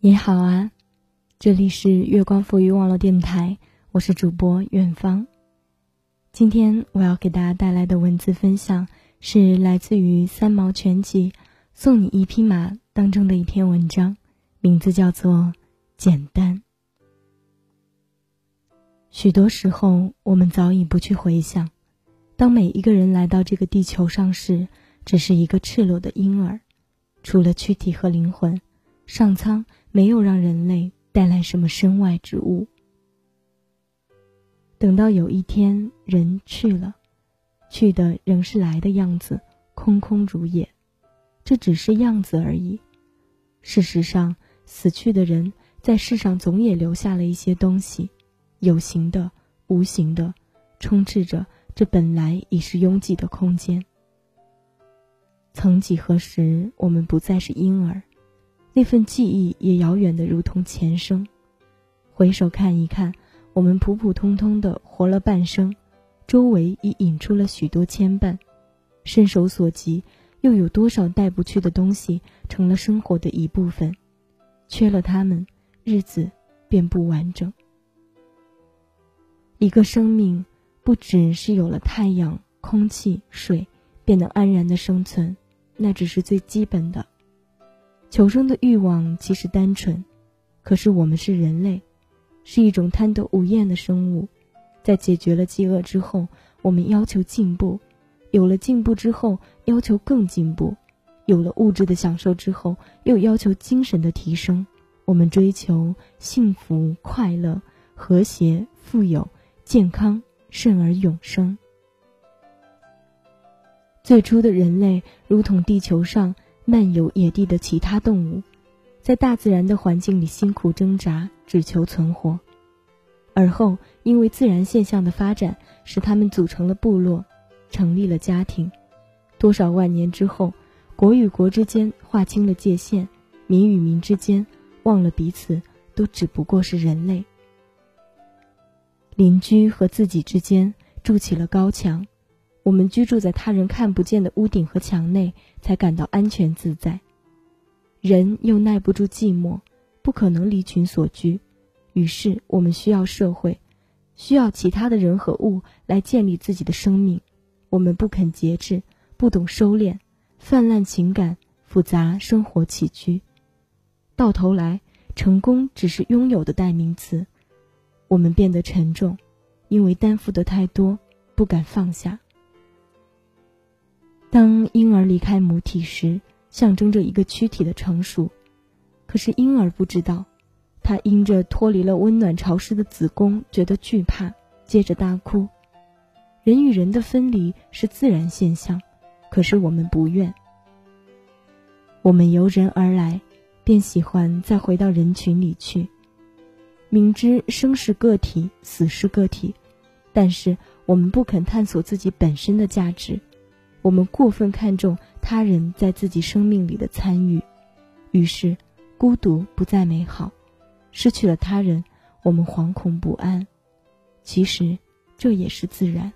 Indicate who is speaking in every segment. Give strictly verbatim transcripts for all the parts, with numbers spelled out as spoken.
Speaker 1: 你好啊，这里是月光赋予网络电台，我是主播远方。今天我要给大家带来的文字分享是来自于三毛全集送你一匹马当中的一篇文章，名字叫做简单。许多时候我们早已不去回想，当每一个人来到这个地球上时，只是一个赤裸的婴儿，除了躯体和灵魂，上苍没有让人类带来什么身外之物。等到有一天人去了，去的仍是来的样子，空空如也，这只是样子而已。事实上，死去的人在世上总也留下了一些东西，有形的、无形的，充斥着这本来已是拥挤的空间。曾几何时，我们不再是婴儿，那份记忆也遥远的如同前生。回首看一看，我们普普通通的活了半生，周围已引出了许多牵绊，伸手所及，又有多少带不去的东西成了生活的一部分，缺了它们，日子便不完整。一个生命不只是有了太阳、空气、水便能安然的生存，那只是最基本的。求生的欲望其实单纯，可是我们是人类，是一种贪得无厌的生物。在解决了饥饿之后，我们要求进步，有了进步之后要求更进步，有了物质的享受之后又要求精神的提升。我们追求幸福、快乐、和谐、富有、健康，甚而永生。最初的人类如同地球上漫游野地的其他动物，在大自然的环境里辛苦挣扎，只求存活。而后因为自然现象的发展，使他们组成了部落，成立了家庭。多少万年之后，国与国之间划清了界限，民与民之间忘了彼此都只不过是人类。邻居和自己之间筑起了高墙，我们居住在他人看不见的屋顶和墙内，才感到安全自在。人又耐不住寂寞，不可能离群所居，于是我们需要社会，需要其他的人和物来建立自己的生命。我们不肯节制，不懂收敛，泛滥情感，复杂生活起居。到头来，成功只是拥有的代名词。我们变得沉重，因为担负的太多，不敢放下。当婴儿离开母体时，象征着一个躯体的成熟，可是婴儿不知道，他因着脱离了温暖潮湿的子宫觉得惧怕，接着大哭。人与人的分离是自然现象，可是我们不愿。我们由人而来，便喜欢再回到人群里去。明知生是个体，死是个体，但是我们不肯探索自己本身的价值。我们过分看重他人在自己生命里的参与，于是孤独不再美好，失去了他人，我们惶恐不安。其实这也是自然。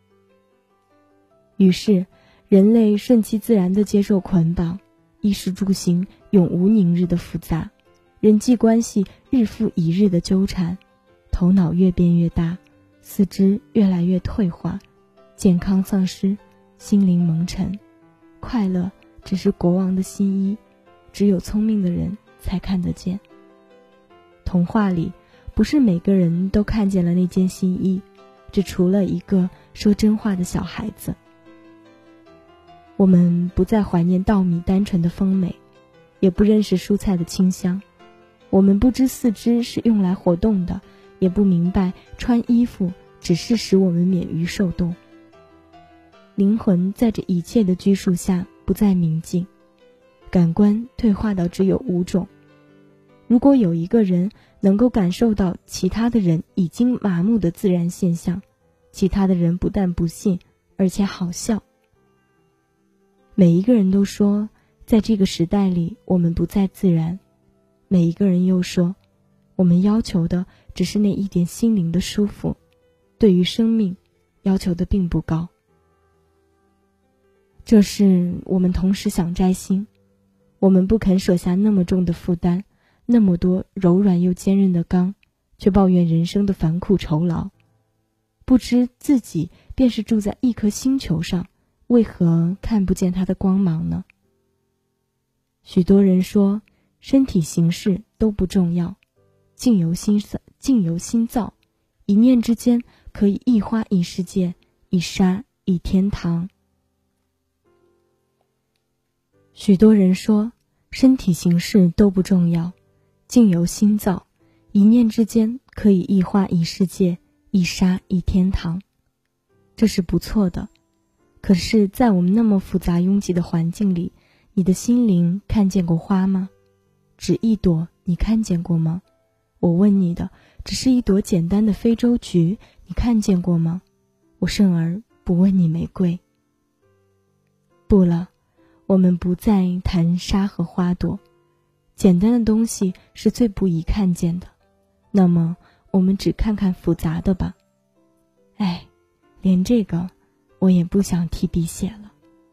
Speaker 1: 于是人类顺其自然地接受捆绑，衣食住行永无宁日的复杂，人际关系日复一日的纠缠，头脑越变越大，四肢越来越退化，健康丧失，心灵蒙尘。快乐只是国王的新衣，只有聪明的人才看得见。童话里不是每个人都看见了那件新衣，只除了一个说真话的小孩子。我们不再怀念稻米单纯的丰美，也不认识蔬菜的清香。我们不知四肢是用来活动的，也不明白穿衣服只是使我们免于受冻。灵魂在这一切的拘束下不再明净，感官退化到只有五种。如果有一个人能够感受到其他的人已经麻木的自然现象，其他的人不但不信，而且好笑。每一个人都说，在这个时代里我们不再自然，每一个人又说，我们要求的只是那一点心灵的舒服，对于生命要求的并不高。这是我们同时想摘星，我们不肯舍下那么重的负担， 那么多柔软又坚韧的钢，却抱怨人生的烦苦愁劳，不知自己便是住在一颗星球上，为何看不见它的光芒呢？许多人说身体形式都不重要，境由心造，境由心造，一念之间可以一花一世界，一沙一天堂。许多人说身体形式都不重要，境由心造，一念之间可以一花一世界，一沙一天堂。这是不错的，可是在我们那么复杂拥挤的环境里，你的心灵看见过花吗？只一朵，你看见过吗？我问你的只是一朵简单的非洲菊，你看见过吗？我甚而不问你玫瑰。不了，我们不再谈沙和花朵，简单的东西是最不宜看见的，那么我们只看看复杂的吧。哎，连这个我也不想提笔写了。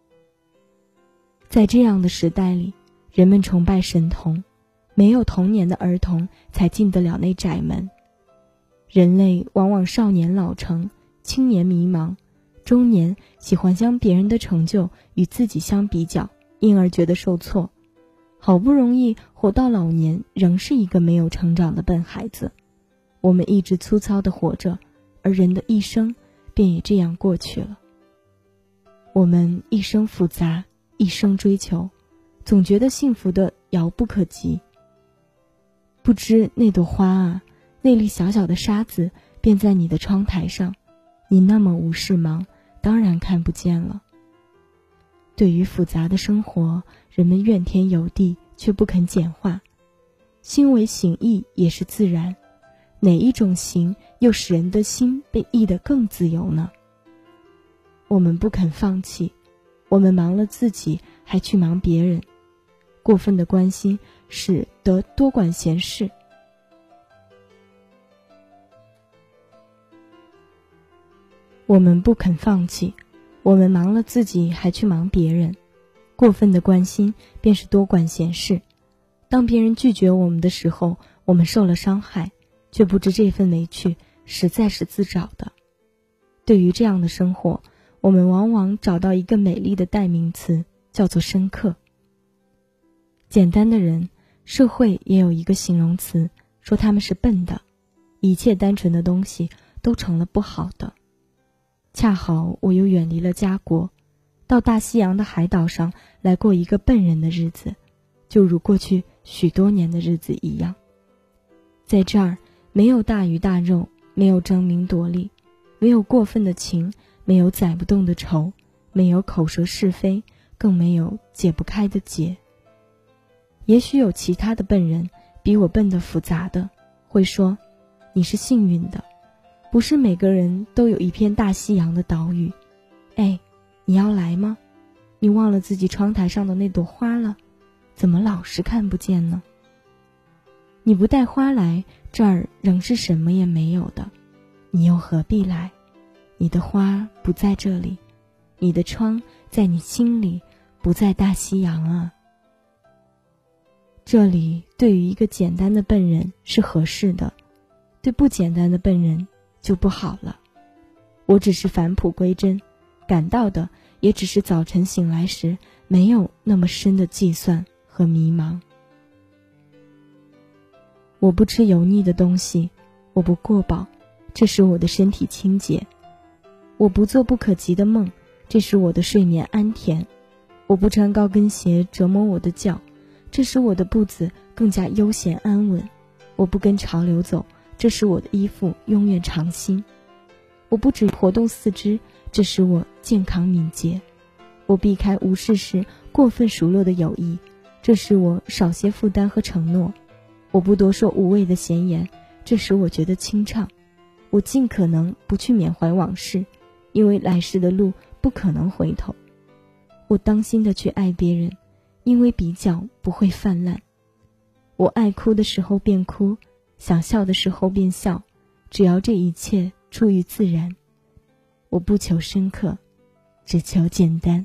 Speaker 1: 在这样的时代里，人们崇拜神童，没有童年的儿童才进得了那窄门。人类往往少年老成，青年迷茫，中年喜欢将别人的成就与自己相比较，因而觉得受挫。好不容易活到老年，仍是一个没有成长的笨孩子。我们一直粗糙地活着，而人的一生便也这样过去了。我们一生复杂，一生追求，总觉得幸福的遥不可及。不知那朵花啊，那粒小小的沙子便在你的窗台上，你那么无事忙，当然看不见了。对于复杂的生活，人们怨天尤地，却不肯简化。心为形意也是自然，哪一种形又使人的心被意得更自由呢？我们不肯放弃，我们忙了自己，还去忙别人。过分的关心使得多管闲事。我们不肯放弃，我们忙了自己，还去忙别人。过分的关心便是多管闲事。当别人拒绝我们的时候，我们受了伤害，却不知这份委屈实在是自找的。对于这样的生活，我们往往找到一个美丽的代名词，叫做深刻。简单的人，社会也有一个形容词，说他们是笨的。一切单纯的东西都成了不好的。恰好我又远离了家国，到大西洋的海岛上来过一个笨人的日子，就如过去许多年的日子一样。在这儿，没有大鱼大肉，没有争名夺利，没有过分的情，没有载不动的愁，没有口舌是非，更没有解不开的结。也许有其他的笨人，比我笨得复杂的，会说你是幸运的，不是每个人都有一片大西洋的岛屿。哎，你要来吗？你忘了自己窗台上的那朵花了？怎么老是看不见呢？你不带花来，这儿仍是什么也没有的，你又何必来？你的花不在这里，你的窗在你心里，不在大西洋啊。这里对于一个简单的笨人是合适的，对不简单的笨人就不好了。我只是返璞归真，感到的也只是早晨醒来时没有那么深的计算和迷茫。我不吃油腻的东西，我不过饱，这使我的身体清洁。我不做不可及的梦，这使我的睡眠安甜。我不穿高跟鞋折磨我的脚，这使我的步子更加悠闲安稳。我不跟潮流走，这使我的衣服永远长新。我不只活动四肢，这使我健康敏捷。我避开无事时过分熟络的友谊，这使我少些负担和承诺。我不多说无谓的闲言，这使我觉得清畅。我尽可能不去缅怀往事，因为来时的路不可能回头。我当心地去爱别人，因为比较不会泛滥。我爱哭的时候便哭，想笑的时候便笑，只要这一切出于自然。我不求深刻，只求简单。